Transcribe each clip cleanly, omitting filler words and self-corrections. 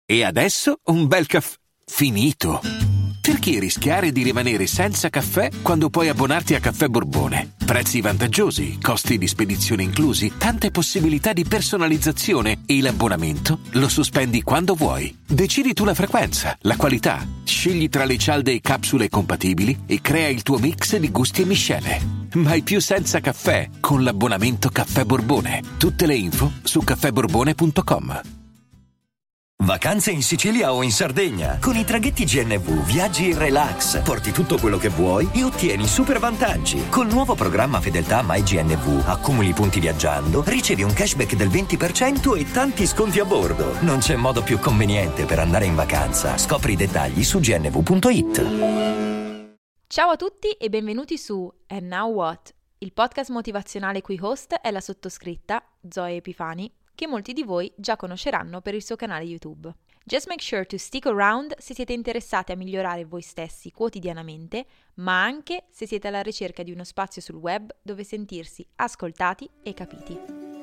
E adesso un bel caffè finito. Perché rischiare di rimanere senza caffè quando puoi abbonarti a Caffè Borbone? Prezzi vantaggiosi, costi di spedizione inclusi, tante possibilità di personalizzazione e l'abbonamento lo sospendi quando vuoi. Decidi tu la frequenza, la qualità, scegli tra le cialde e capsule compatibili e crea il tuo mix di gusti e miscele. Mai più senza caffè con l'abbonamento Caffè Borbone. Tutte le info su caffèborbone.com. Vacanze in Sicilia o in Sardegna. Con i traghetti GNV viaggi in relax, porti tutto quello che vuoi e ottieni super vantaggi. Col nuovo programma Fedeltà MyGNV accumuli punti viaggiando, ricevi un cashback del 20% e tanti sconti a bordo. Non c'è modo più conveniente per andare in vacanza. Scopri i dettagli su gnv.it. Ciao a tutti e benvenuti su And Now What, il podcast motivazionale cui host è la sottoscritta, Zoe Epifani, che molti di voi già conosceranno per il suo canale YouTube. Just make sure to stick around se siete interessati a migliorare voi stessi quotidianamente, ma anche se siete alla ricerca di uno spazio sul web dove sentirsi ascoltati e capiti.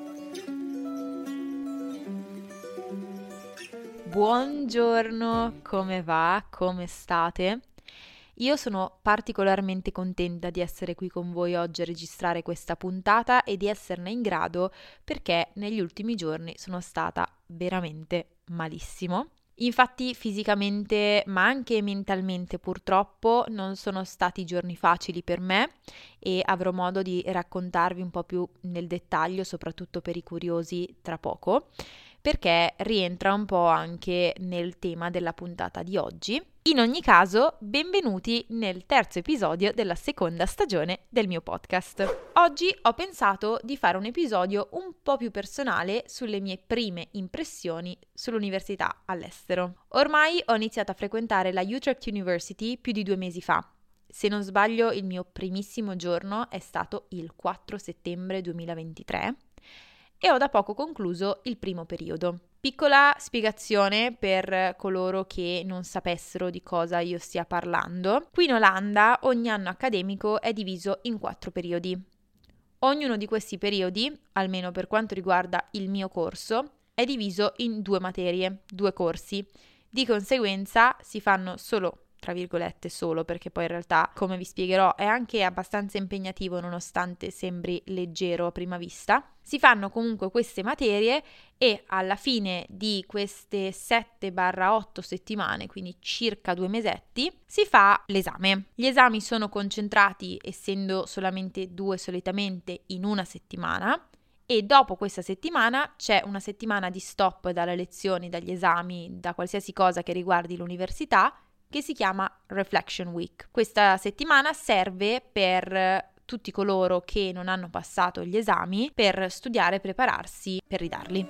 Buongiorno, come va? Come state? Io sono particolarmente contenta di essere qui con voi oggi a registrare questa puntata e di esserne in grado perché negli ultimi giorni sono stata veramente malissimo. Infatti fisicamente ma anche mentalmente purtroppo non sono stati giorni facili per me e avrò modo di raccontarvi un po' più nel dettaglio, soprattutto per i curiosi, tra poco, perché rientra un po' anche nel tema della puntata di oggi. In ogni caso, benvenuti nel terzo episodio della seconda stagione del mio podcast. Oggi ho pensato di fare un episodio un po' più personale sulle mie prime impressioni sull'università all'estero. Ormai ho iniziato a frequentare la Utrecht University più di 2 mesi fa. Se non sbaglio, il mio primissimo giorno è stato il 4 settembre 2023 e ho da poco concluso il primo periodo. Piccola spiegazione per coloro che non sapessero di cosa io stia parlando. Qui in Olanda ogni anno accademico è diviso in 4 periodi. Ognuno di questi periodi, almeno per quanto riguarda il mio corso, è diviso in 2 materie, 2 corsi. Di conseguenza si fanno solo, tra virgolette solo, perché poi in realtà, come vi spiegherò, è anche abbastanza impegnativo nonostante sembri leggero a prima vista. Si fanno comunque queste materie e alla fine di queste 7-8 settimane, quindi circa 2 mesetti, si fa l'esame. Gli esami sono concentrati, essendo solamente 2 solitamente, in una settimana. E dopo questa settimana c'è una settimana di stop dalle lezioni, dagli esami, da qualsiasi cosa che riguardi l'università, che si chiama Reflection Week. Questa settimana serve per tutti coloro che non hanno passato gli esami per studiare e prepararsi per ridarli.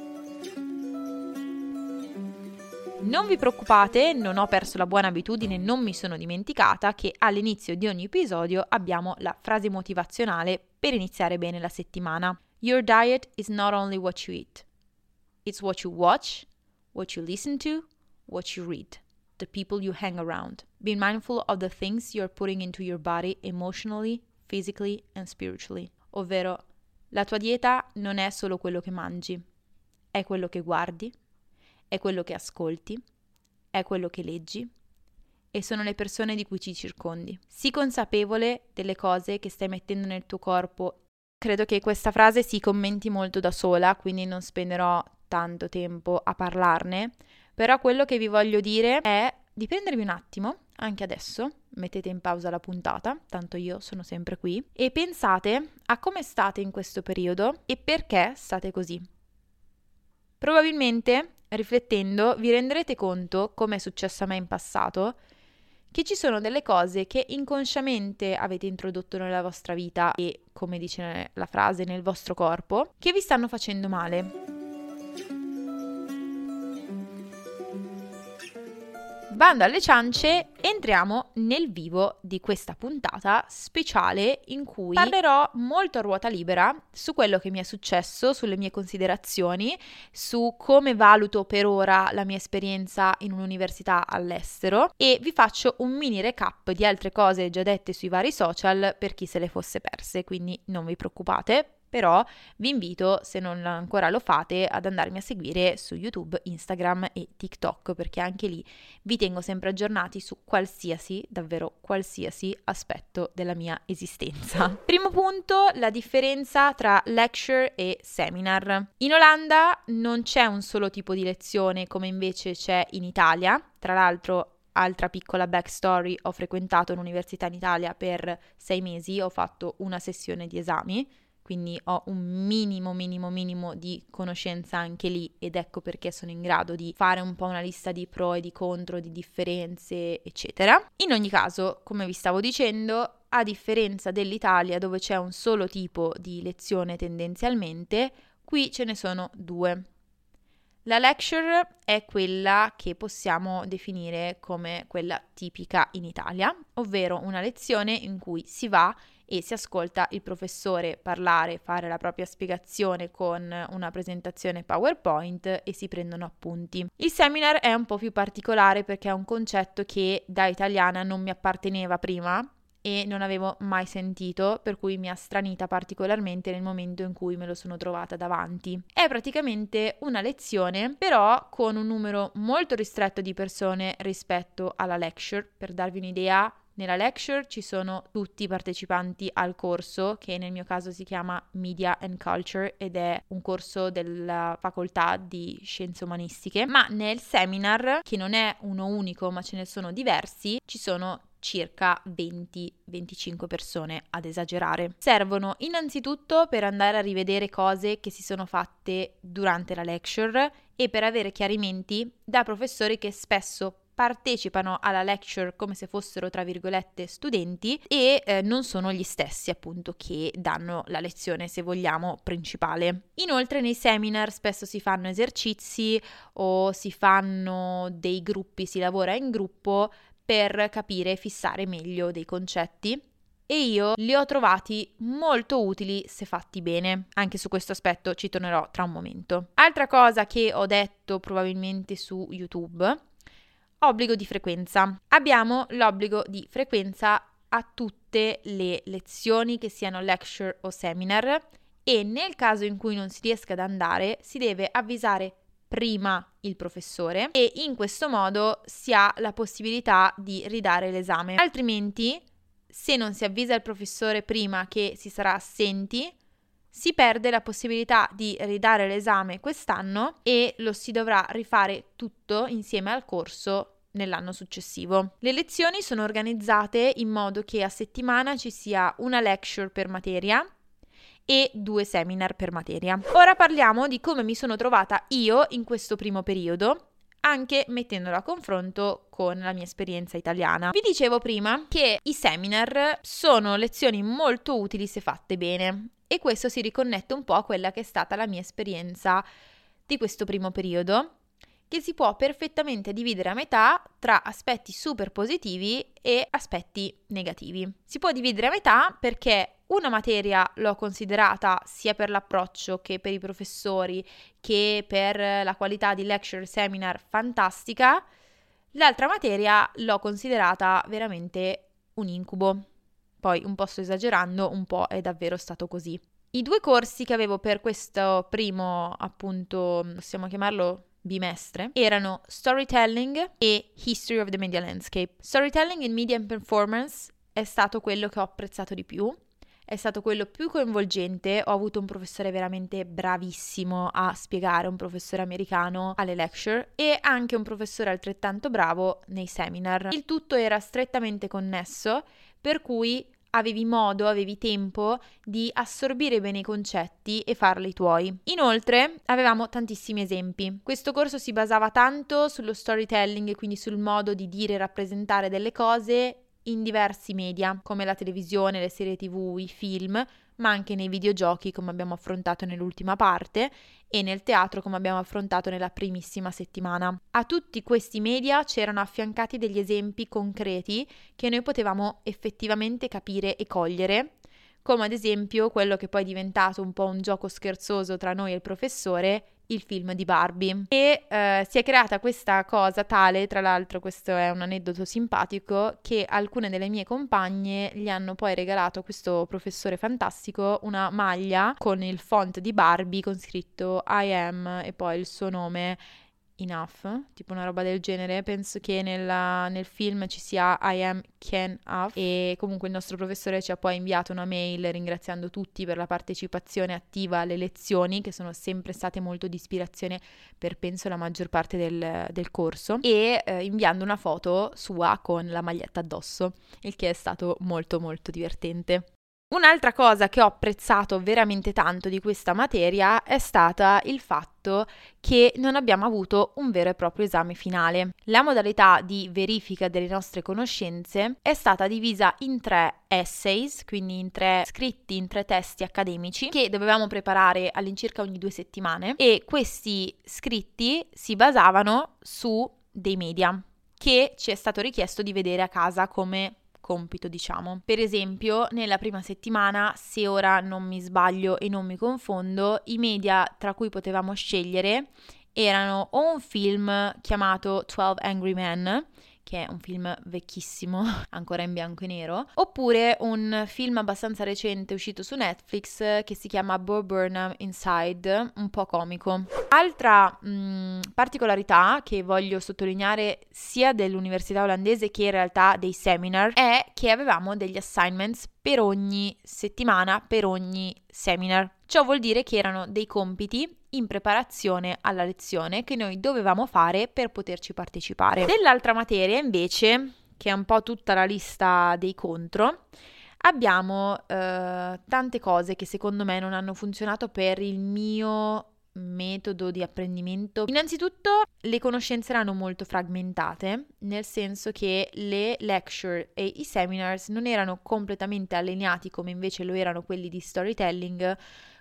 Non vi preoccupate, non ho perso la buona abitudine, non mi sono dimenticata che all'inizio di ogni episodio abbiamo la frase motivazionale per iniziare bene la settimana. Your diet is not only what you eat. It's what you watch, what you listen to, what you read. The people you hang around. Be mindful of the things you're putting into your body emotionally, physically and spiritually. Ovvero, la tua dieta non è solo quello che mangi, è quello che guardi, è quello che ascolti, è quello che leggi e sono le persone di cui ci circondi. Sii consapevole delle cose che stai mettendo nel tuo corpo. Credo che questa frase si commenti molto da sola, quindi non spenderò tanto tempo a parlarne. Però quello che vi voglio dire è di prendervi un attimo, anche adesso, mettete in pausa la puntata, tanto io sono sempre qui, e pensate a come state in questo periodo e perché state così. Probabilmente, riflettendo, vi renderete conto, come è successo a me in passato, che ci sono delle cose che inconsciamente avete introdotto nella vostra vita e, come dice la frase, nel vostro corpo, che vi stanno facendo male. Bando alle ciance, entriamo nel vivo di questa puntata speciale in cui parlerò molto a ruota libera su quello che mi è successo, sulle mie considerazioni, su come valuto per ora la mia esperienza in un'università all'estero e vi faccio un mini recap di altre cose già dette sui vari social per chi se le fosse perse, quindi non vi preoccupate. però vi invito, se non ancora lo fate, ad andarmi a seguire su YouTube, Instagram e TikTok, perché anche lì vi tengo sempre aggiornati su qualsiasi, davvero qualsiasi aspetto della mia esistenza. Primo punto, la differenza tra lecture e seminar. In Olanda non c'è un solo tipo di lezione come invece c'è in Italia. Tra l'altro, altra piccola backstory, ho frequentato un'università in Italia per 6 mesi, ho fatto una sessione di esami, quindi ho un minimo di conoscenza anche lì, ed ecco perché sono in grado di fare un po' una lista di pro e di contro, di differenze, eccetera. In ogni caso, come vi stavo dicendo, a differenza dell'Italia dove c'è un solo tipo di lezione tendenzialmente, qui ce ne sono due. La lecture è quella che possiamo definire come quella tipica in Italia, ovvero una lezione in cui si va e si ascolta il professore parlare, fare la propria spiegazione con una presentazione PowerPoint e si prendono appunti. Il seminar è un po' più particolare perché è un concetto che da italiana non mi apparteneva prima e non avevo mai sentito, per cui mi ha stranita particolarmente nel momento in cui me lo sono trovata davanti. È praticamente una lezione, però con un numero molto ristretto di persone rispetto alla lecture. Per darvi un'idea, nella lecture ci sono tutti i partecipanti al corso, che nel mio caso si chiama Media and Culture ed è un corso della facoltà di scienze umanistiche, ma nel seminar, che non è uno unico ma ce ne sono diversi, ci sono circa 20-25 persone, ad esagerare. Servono innanzitutto per andare a rivedere cose che si sono fatte durante la lecture e per avere chiarimenti da professori che spesso partecipano alla lecture come se fossero tra virgolette studenti e non sono gli stessi appunto che danno la lezione, se vogliamo, principale. Inoltre nei seminar spesso si fanno esercizi o si fanno dei gruppi, si lavora in gruppo per capire e fissare meglio dei concetti, e io li ho trovati molto utili se fatti bene. Anche su questo aspetto ci tornerò tra un momento. Altra cosa che ho detto probabilmente su YouTube: obbligo di frequenza. Abbiamo l'obbligo di frequenza a tutte le lezioni, che siano lecture o seminar, e nel caso in cui non si riesca ad andare si deve avvisare prima il professore e in questo modo si ha la possibilità di ridare l'esame. Altrimenti, se non si avvisa il professore prima che si sarà assenti, si perde la possibilità di ridare l'esame quest'anno e lo si dovrà rifare tutto insieme al corso nell'anno successivo. Le lezioni sono organizzate in modo che a settimana ci sia una lecture per materia e 2 seminar per materia. Ora parliamo di come mi sono trovata io in questo primo periodo, anche mettendolo a confronto con la mia esperienza italiana. Vi dicevo prima che i seminar sono lezioni molto utili se fatte bene, e questo si riconnette un po' a quella che è stata la mia esperienza di questo primo periodo, che si può perfettamente dividere a metà tra aspetti super positivi e aspetti negativi. Si può dividere a metà perché una materia l'ho considerata sia per l'approccio che per i professori che per la qualità di lecture seminar fantastica, l'altra materia l'ho considerata veramente un incubo. Poi un po' sto esagerando, un po' è davvero stato così. I 2 corsi che avevo per questo primo, appunto, possiamo chiamarlo bimestre, erano Storytelling e History of the Media Landscape. Storytelling in Media and Performance è stato quello che ho apprezzato di più, è stato quello più coinvolgente. Ho avuto un professore veramente bravissimo a spiegare, un professore americano alle lecture, e anche un professore altrettanto bravo nei seminar. Il tutto era strettamente connesso, per cui avevi tempo di assorbire bene i concetti e farli tuoi. Inoltre avevamo tantissimi esempi. Questo corso si basava tanto sullo storytelling, quindi sul modo di dire e rappresentare delle cose in diversi media, come la televisione, le serie TV, i film, ma anche nei videogiochi, come abbiamo affrontato nell'ultima parte, e nel teatro, come abbiamo affrontato nella primissima settimana. A tutti questi media c'erano affiancati degli esempi concreti che noi potevamo effettivamente capire e cogliere, come ad esempio quello che poi è diventato un po' un gioco scherzoso tra noi e il professore, il film di Barbie. E si è creata questa cosa tale, tra l'altro questo è un aneddoto simpatico, che alcune delle mie compagne gli hanno poi regalato a questo professore fantastico una maglia con il font di Barbie con scritto I am e poi il suo nome, Enough, tipo una roba del genere. Penso che nel film ci sia I am Ken Off, e comunque il nostro professore ci ha poi inviato una mail ringraziando tutti per la partecipazione attiva alle lezioni, che sono sempre state molto di ispirazione per penso la maggior parte del corso, e inviando una foto sua con la maglietta addosso, il che è stato molto molto divertente. Un'altra cosa che ho apprezzato veramente tanto di questa materia è stata il fatto che non abbiamo avuto un vero e proprio esame finale. La modalità di verifica delle nostre conoscenze è stata divisa in 3 essays, quindi in 3 scritti, in 3 testi accademici che dovevamo preparare all'incirca ogni 2 settimane, e questi scritti si basavano su dei media che ci è stato richiesto di vedere a casa come compito, diciamo. Per esempio, nella prima settimana, se ora non mi sbaglio e non mi confondo, i media tra cui potevamo scegliere erano o un film chiamato 12 Angry Men, che è un film vecchissimo, ancora in bianco e nero, oppure un film abbastanza recente uscito su Netflix che si chiama Bo Burnham Inside, un po' comico. Altra particolarità che voglio sottolineare sia dell'università olandese che in realtà dei seminar è che avevamo degli assignments per ogni settimana, per ogni seminar. Ciò vuol dire che erano dei compiti in preparazione alla lezione che noi dovevamo fare per poterci partecipare. Dell'altra materia invece, che è un po' tutta la lista dei contro, abbiamo tante cose che secondo me non hanno funzionato per il mio metodo di apprendimento. Innanzitutto le conoscenze erano molto fragmentate, nel senso che le lecture e i seminars non erano completamente allineati come invece lo erano quelli di storytelling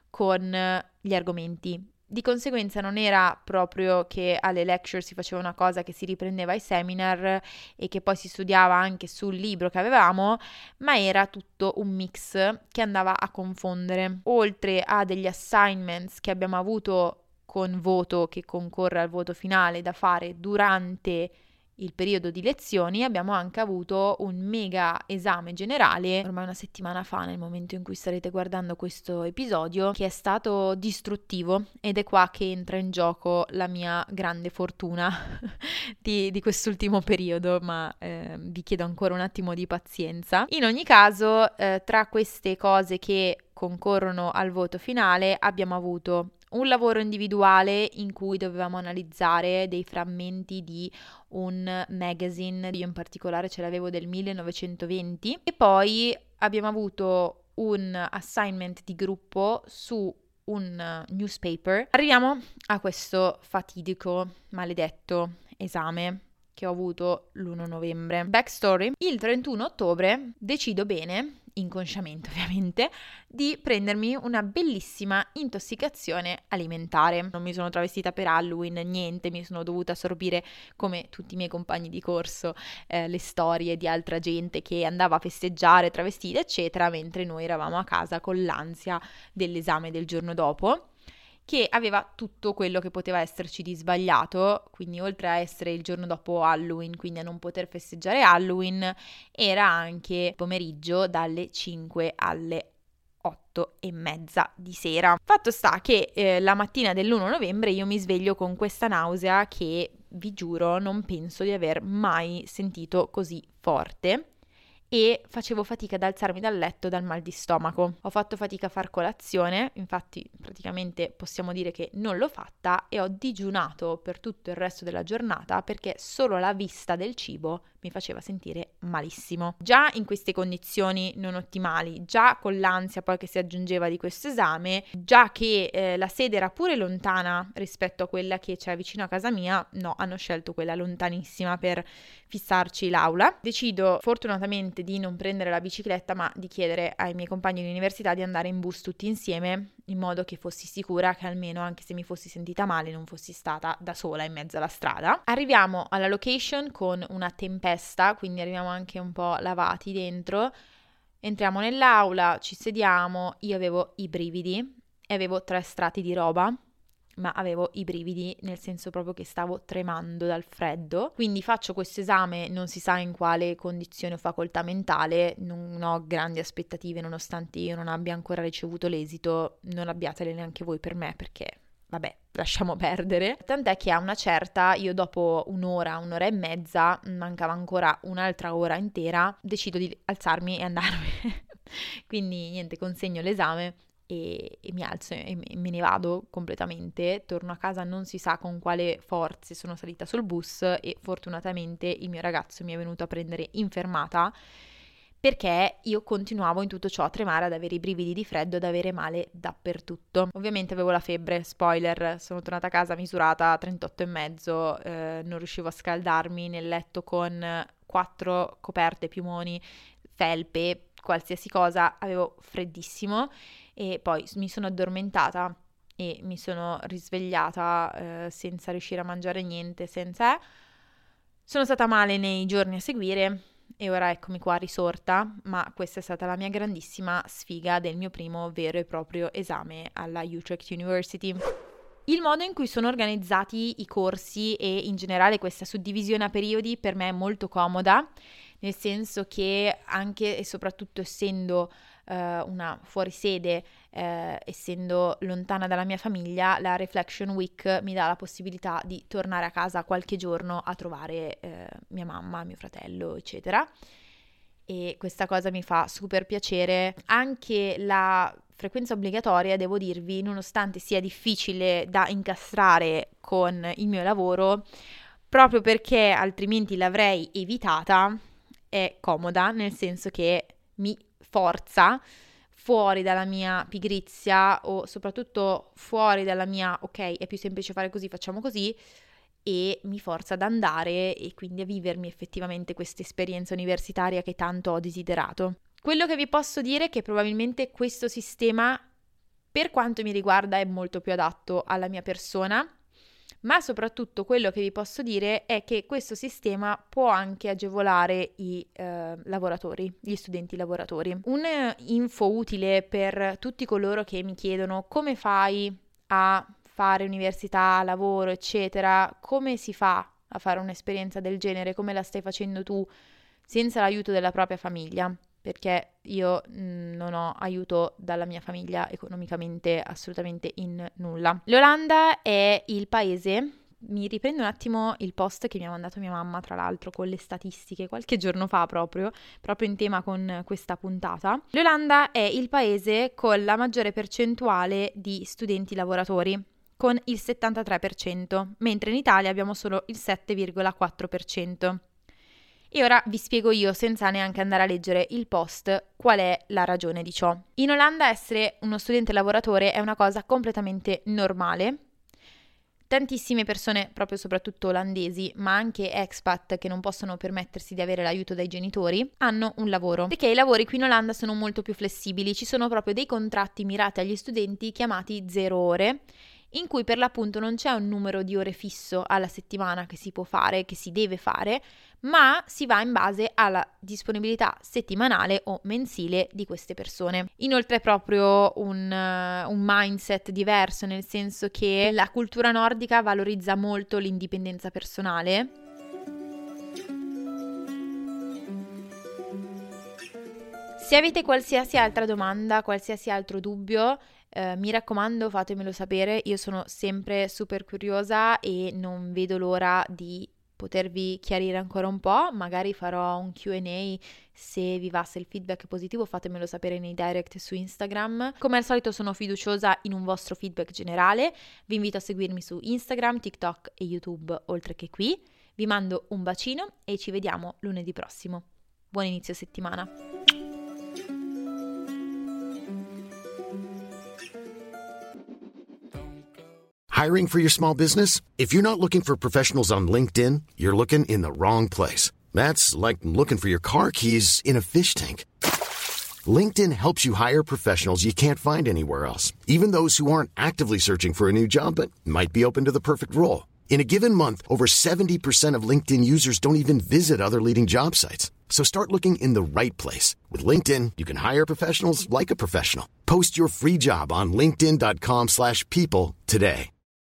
con gli argomenti. Di conseguenza non era proprio che alle lecture si faceva una cosa che si riprendeva ai seminar e che poi si studiava anche sul libro che avevamo, ma era tutto un mix che andava a confondere. Oltre a degli assignments che abbiamo avuto con voto, che concorre al voto finale, da fare durante il periodo di lezioni, abbiamo anche avuto un mega esame generale ormai una settimana fa, nel momento in cui starete guardando questo episodio, che è stato distruttivo, ed è qua che entra in gioco la mia grande fortuna di quest'ultimo periodo, ma vi chiedo ancora un attimo di pazienza. In ogni caso, tra queste cose che concorrono al voto finale abbiamo avuto un lavoro individuale in cui dovevamo analizzare dei frammenti di un magazine, io in particolare ce l'avevo del 1920, e poi abbiamo avuto un assignment di gruppo su un newspaper. Arriviamo a questo fatidico, maledetto esame che ho avuto l'1 novembre. Backstory: il 31 ottobre decido bene, inconsciamente ovviamente, di prendermi una bellissima intossicazione alimentare. Non mi sono travestita per Halloween, niente, mi sono dovuta assorbire come tutti i miei compagni di corso le storie di altra gente che andava a festeggiare travestita eccetera, mentre noi eravamo a casa con l'ansia dell'esame del giorno dopo, che aveva tutto quello che poteva esserci di sbagliato. Quindi oltre a essere il giorno dopo Halloween, quindi a non poter festeggiare Halloween, era anche pomeriggio dalle 5 alle 8:30 di sera. Fatto sta che la mattina dell'1 novembre io mi sveglio con questa nausea che, vi giuro, non penso di aver mai sentito così forte, e facevo fatica ad alzarmi dal letto dal mal di stomaco. Ho fatto fatica a far colazione, infatti praticamente possiamo dire che non l'ho fatta, e ho digiunato per tutto il resto della giornata perché solo la vista del cibo mi faceva sentire malissimo. Già in queste condizioni non ottimali, già con l'ansia poi che si aggiungeva di questo esame, già che la sede era pure lontana rispetto a quella che c'è vicino a casa mia, no, hanno scelto quella lontanissima per fissarci l'aula. Decido fortunatamente di non prendere la bicicletta, ma di chiedere ai miei compagni di università di andare in bus tutti insieme, in modo che fossi sicura che almeno, anche se mi fossi sentita male, non fossi stata da sola in mezzo alla strada. Arriviamo alla location con una tempesta, quindi arriviamo anche un po' lavati dentro. Entriamo nell'aula, ci sediamo, io avevo i brividi e avevo 3 strati di roba ma avevo i brividi, nel senso proprio che stavo tremando dal freddo. Quindi faccio questo esame, non si sa in quale condizione o facoltà mentale, non ho grandi aspettative nonostante io non abbia ancora ricevuto l'esito, non abbiatele neanche voi per me perché vabbè, lasciamo perdere. Tant'è che a una certa, io dopo un'ora e mezza, mancava ancora un'altra ora intera, decido di alzarmi e andarmene. Quindi niente, consegno l'esame e mi alzo e me ne vado completamente. Torno a casa, non si sa con quale forze sono salita sul bus e fortunatamente il mio ragazzo mi è venuto a prendere in fermata, perché io continuavo in tutto ciò a tremare, ad avere i brividi di freddo, ad avere male dappertutto. Ovviamente avevo la febbre, spoiler, sono tornata a casa misurata 38,5, non riuscivo a scaldarmi nel letto con 4 coperte, piumoni, felpe, qualsiasi cosa, avevo freddissimo e poi mi sono addormentata e mi sono risvegliata senza riuscire a mangiare niente, Sono stata male nei giorni a seguire. E ora eccomi qua risorta, ma questa è stata la mia grandissima sfiga del mio primo vero e proprio esame alla Utrecht University. Il modo in cui sono organizzati i corsi e in generale questa suddivisione a periodi per me è molto comoda, nel senso che anche e soprattutto essendo una fuorisede, essendo lontana dalla mia famiglia, la Reflection Week mi dà la possibilità di tornare a casa qualche giorno a trovare mia mamma, mio fratello, eccetera. E questa cosa mi fa super piacere. Anche la frequenza obbligatoria, devo dirvi, nonostante sia difficile da incastrare con il mio lavoro, proprio perché altrimenti l'avrei evitata, è comoda, nel senso che mi forza fuori dalla mia pigrizia o soprattutto fuori dalla mia ok, è più semplice fare così, facciamo così, e mi forza ad andare e quindi a vivermi effettivamente questa esperienza universitaria che tanto ho desiderato. Quello che vi posso dire è che probabilmente questo sistema, per quanto mi riguarda, è molto più adatto alla mia persona, ma soprattutto quello che vi posso dire è che questo sistema può anche agevolare i lavoratori, gli studenti lavoratori. Un info utile per tutti coloro che mi chiedono come fai a fare università, lavoro, eccetera, come si fa a fare un'esperienza del genere, come la stai facendo tu senza l'aiuto della propria famiglia, perché io non ho aiuto dalla mia famiglia economicamente assolutamente in nulla. L'Olanda è il paese, mi riprendo un attimo il post che mi ha mandato mia mamma, tra l'altro, con le statistiche qualche giorno fa proprio in tema con questa puntata. L'Olanda è il paese con la maggiore percentuale di studenti lavoratori, con il 73%, mentre in Italia abbiamo solo il 7,4%. E ora vi spiego io, senza neanche andare a leggere il post, qual è la ragione di ciò. In Olanda essere uno studente lavoratore è una cosa completamente normale. Tantissime persone, proprio soprattutto olandesi, ma anche expat che non possono permettersi di avere l'aiuto dai genitori, hanno un lavoro. Perché i lavori qui in Olanda sono molto più flessibili, ci sono proprio dei contratti mirati agli studenti chiamati 0 ore, in cui per l'appunto non c'è un numero di ore fisso alla settimana che si può fare, che si deve fare, ma si va in base alla disponibilità settimanale o mensile di queste persone. Inoltre è proprio un mindset diverso, nel senso che la cultura nordica valorizza molto l'indipendenza personale. Se avete qualsiasi altra domanda, qualsiasi altro dubbio, mi raccomando, fatemelo sapere, io sono sempre super curiosa e non vedo l'ora di potervi chiarire ancora un po', magari farò un Q&A, se vi va, se il feedback è positivo fatemelo sapere nei direct su Instagram. Come al solito sono fiduciosa in un vostro feedback generale, vi invito a seguirmi su Instagram, TikTok e YouTube oltre che qui, vi mando un bacino e ci vediamo lunedì prossimo. Buon inizio settimana! Hiring for your small business? If you're not looking for professionals on LinkedIn, you're looking in the wrong place. That's like looking for your car keys in a fish tank. LinkedIn helps you hire professionals you can't find anywhere else, even those who aren't actively searching for a new job but might be open to the perfect role. In a given month, over 70% of LinkedIn users don't even visit other leading job sites. So start looking in the right place. With LinkedIn, you can hire professionals like a professional. Post your free job on linkedin.com/people today.